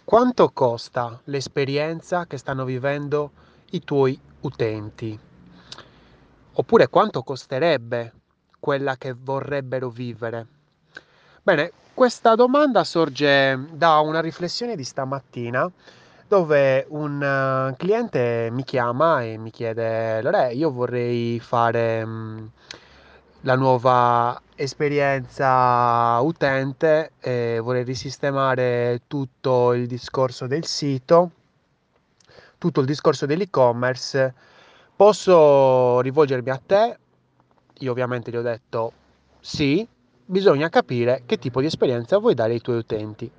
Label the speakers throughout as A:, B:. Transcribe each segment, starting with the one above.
A: Quanto costa l'esperienza che stanno vivendo i tuoi utenti? Oppure quanto costerebbe quella che vorrebbero vivere? Bene, questa domanda sorge da una riflessione di stamattina dove un cliente mi chiama e mi chiede: Lore, io vorrei fare la nuova esperienza utente e vorrei risistemare tutto il discorso del sito, tutto il discorso dell'e-commerce. Posso rivolgermi a te? Io ovviamente gli ho detto sì, bisogna capire che tipo di esperienza vuoi dare ai tuoi utenti.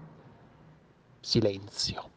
A: Silenzio.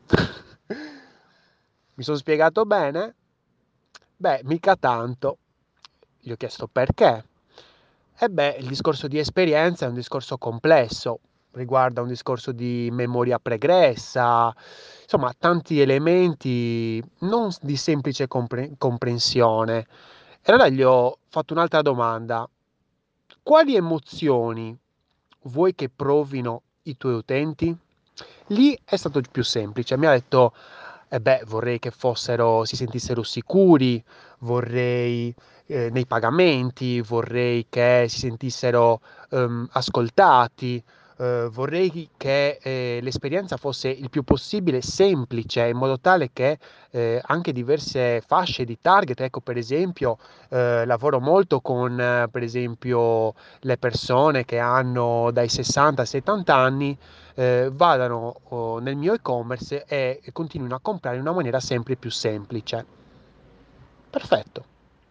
A: Mi sono spiegato bene? Beh, mica tanto. Gli ho chiesto perché. E beh, il discorso di esperienza è un discorso complesso, riguarda un discorso di memoria pregressa, insomma, tanti elementi non di semplice comprensione. E allora gli ho fatto un'altra domanda. Quali emozioni vuoi che provino i tuoi utenti? Lì è stato più semplice. Mi ha detto, vorrei che si sentissero sicuri, vorrei nei pagamenti, vorrei che si sentissero ascoltati, vorrei che l'esperienza fosse il più possibile semplice, in modo tale che anche diverse fasce di target, ecco per esempio, lavoro molto con per esempio le persone che hanno dai 60 ai 70 anni, vadano nel mio e-commerce e continuino a comprare in una maniera sempre più semplice. Perfetto.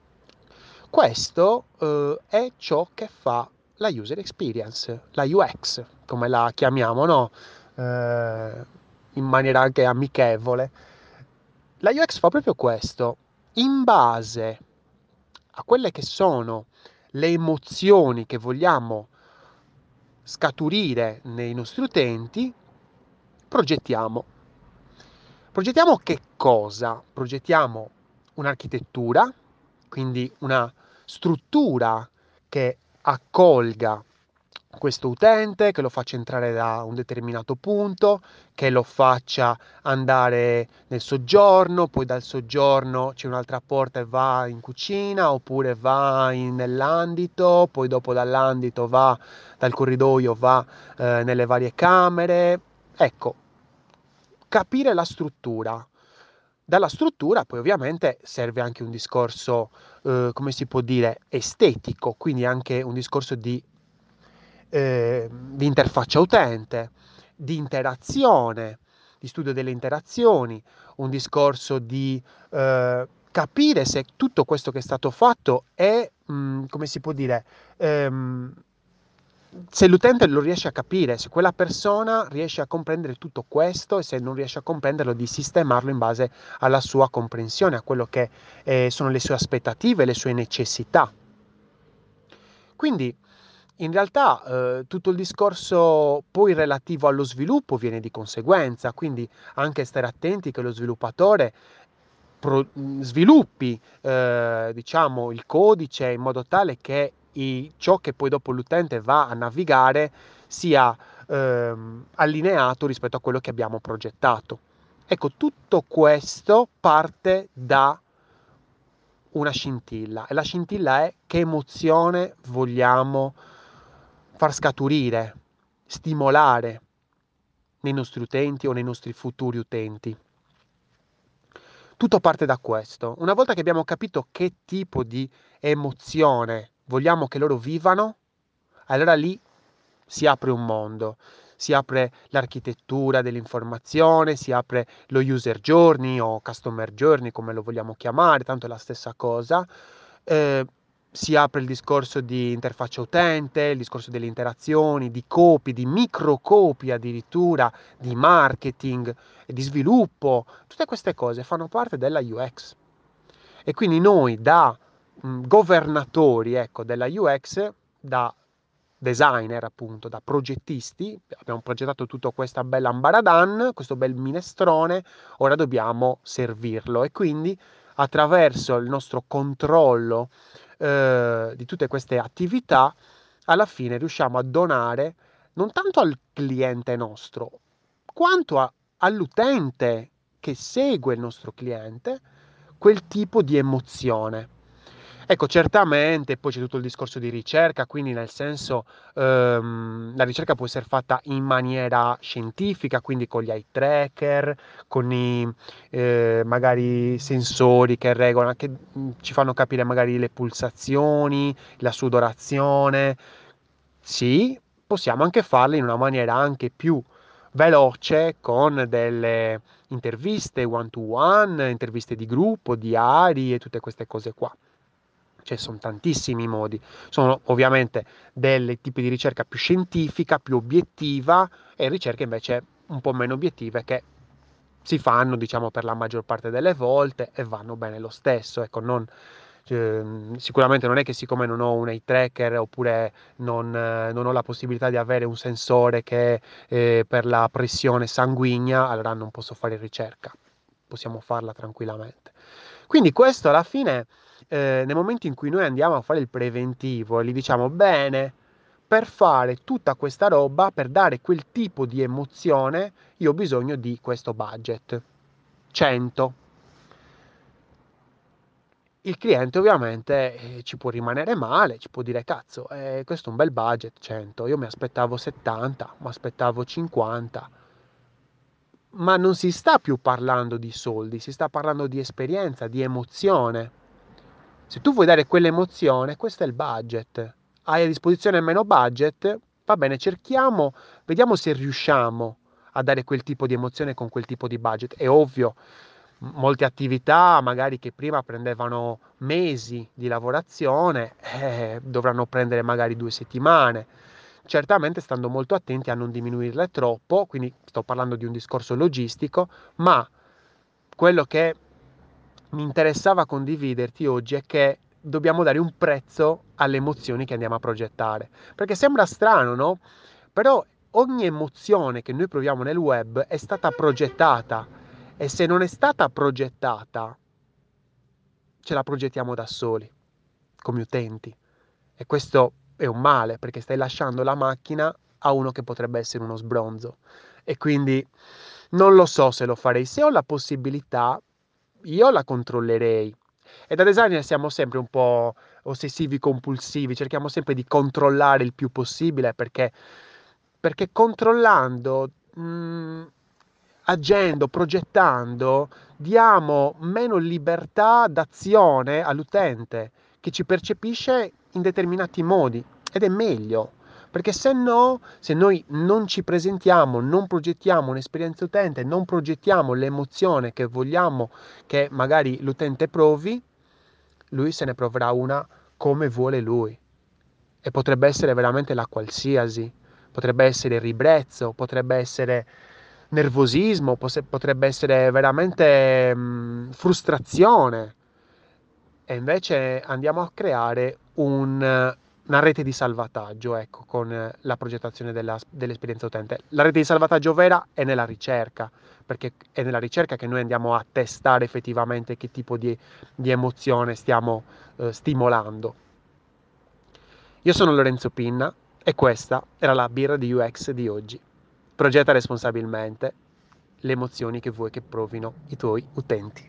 A: Questo è ciò che fa la user experience, la UX, come la chiamiamo, no? In maniera anche amichevole. La UX fa proprio questo, in base a quelle che sono le emozioni che vogliamo scaturire nei nostri utenti, progettiamo. Progettiamo che cosa? Progettiamo un'architettura, quindi una struttura che accolga questo utente, che lo faccia entrare da un determinato punto, che lo faccia andare nel soggiorno, poi dal soggiorno c'è un'altra porta e va in cucina, oppure nell'andito, poi dopo dall'andito dal corridoio va nelle varie camere. Ecco, capire la struttura. Dalla struttura poi ovviamente serve anche un discorso, come si può dire, estetico, quindi anche un discorso di interfaccia utente, di interazione, di studio delle interazioni, un discorso di capire se tutto questo che è stato fatto è, come si può dire, se l'utente lo riesce a capire, se quella persona riesce a comprendere tutto questo e se non riesce a comprenderlo, di sistemarlo in base alla sua comprensione, a quello che sono le sue aspettative, le sue necessità. Quindi in realtà tutto il discorso poi relativo allo sviluppo viene di conseguenza, quindi anche stare attenti che lo sviluppatore sviluppi diciamo il codice in modo tale che ciò che poi dopo l'utente va a navigare sia allineato rispetto a quello che abbiamo progettato. Ecco, tutto questo parte da una scintilla e la scintilla è che emozione vogliamo far scaturire, stimolare nei nostri utenti o nei nostri futuri utenti. Tutto parte da questo. Una volta che abbiamo capito che tipo di emozione vogliamo che loro vivano, allora lì si apre un mondo, si apre l'architettura dell'informazione, si apre lo user journey o customer journey, come lo vogliamo chiamare, tanto è la stessa cosa. Eh, si apre il discorso di interfaccia utente, il discorso delle interazioni, di copy, di microcopy addirittura, di marketing, di sviluppo. Tutte queste cose fanno parte della UX. E quindi noi da governatori, ecco, della UX, da designer appunto, da progettisti, abbiamo progettato tutta questa bella ambaradan, questo bel minestrone, ora dobbiamo servirlo e quindi attraverso il nostro controllo di tutte queste attività, alla fine riusciamo a donare non tanto al cliente nostro, quanto all'utente che segue il nostro cliente quel tipo di emozione. Ecco, certamente poi c'è tutto il discorso di ricerca, quindi nel senso la ricerca può essere fatta in maniera scientifica, quindi con gli eye tracker, con i magari sensori che regolano, che ci fanno capire magari le pulsazioni, la sudorazione. Sì, possiamo anche farle in una maniera anche più veloce con delle interviste one to one, interviste di gruppo, diari e tutte queste cose qua. Cioè, sono tantissimi modi. Sono ovviamente dei tipi di ricerca più scientifica, più obiettiva e ricerche invece un po' meno obiettive che si fanno, diciamo, per la maggior parte delle volte e vanno bene lo stesso. Ecco, sicuramente non è che siccome non ho un eye tracker oppure non ho la possibilità di avere un sensore che per la pressione sanguigna, allora non posso fare ricerca. Possiamo farla tranquillamente. Quindi questo alla fine, nel momento in cui noi andiamo a fare il preventivo e gli diciamo bene, per fare tutta questa roba, per dare quel tipo di emozione, io ho bisogno di questo budget. 100. Il cliente ovviamente ci può rimanere male, ci può dire cazzo, questo è un bel budget, 100, io mi aspettavo 70, mi aspettavo 50, ma non si sta più parlando di soldi, si sta parlando di esperienza, di emozione. Se tu vuoi dare quell'emozione, questo è il budget. Hai a disposizione meno budget, va bene, cerchiamo, vediamo se riusciamo a dare quel tipo di emozione con quel tipo di budget. È ovvio, molte attività magari che prima prendevano mesi di lavorazione, dovranno prendere magari 2 settimane. Certamente stando molto attenti a non diminuirle troppo, quindi sto parlando di un discorso logistico, ma quello che mi interessava condividerti oggi è che dobbiamo dare un prezzo alle emozioni che andiamo a progettare. Perché sembra strano, no? Però ogni emozione che noi proviamo nel web è stata progettata e se non è stata progettata, ce la progettiamo da soli, come utenti. E questo è un male perché stai lasciando la macchina a uno che potrebbe essere uno sbronzo. E quindi non lo so se lo farei. Se ho la possibilità, io la controllerei. E da designer siamo sempre un po' ossessivi compulsivi, cerchiamo sempre di controllare il più possibile perché controllando, agendo, progettando, diamo meno libertà d'azione all'utente che ci percepisce in determinati modi ed è meglio. Perché se no, se noi non ci presentiamo, non progettiamo un'esperienza utente, non progettiamo l'emozione che vogliamo che magari l'utente provi, lui se ne proverà una come vuole lui. E potrebbe essere veramente la qualsiasi, potrebbe essere ribrezzo, potrebbe essere nervosismo, potrebbe essere veramente frustrazione. E invece andiamo a creare una rete di salvataggio, ecco, con la progettazione dell'esperienza utente. La rete di salvataggio vera è nella ricerca, perché è nella ricerca che noi andiamo a testare effettivamente che tipo di emozione stiamo stimolando. Io sono Lorenzo Pinna e questa era la birra di UX di oggi. Progetta responsabilmente le emozioni che vuoi che provino i tuoi utenti.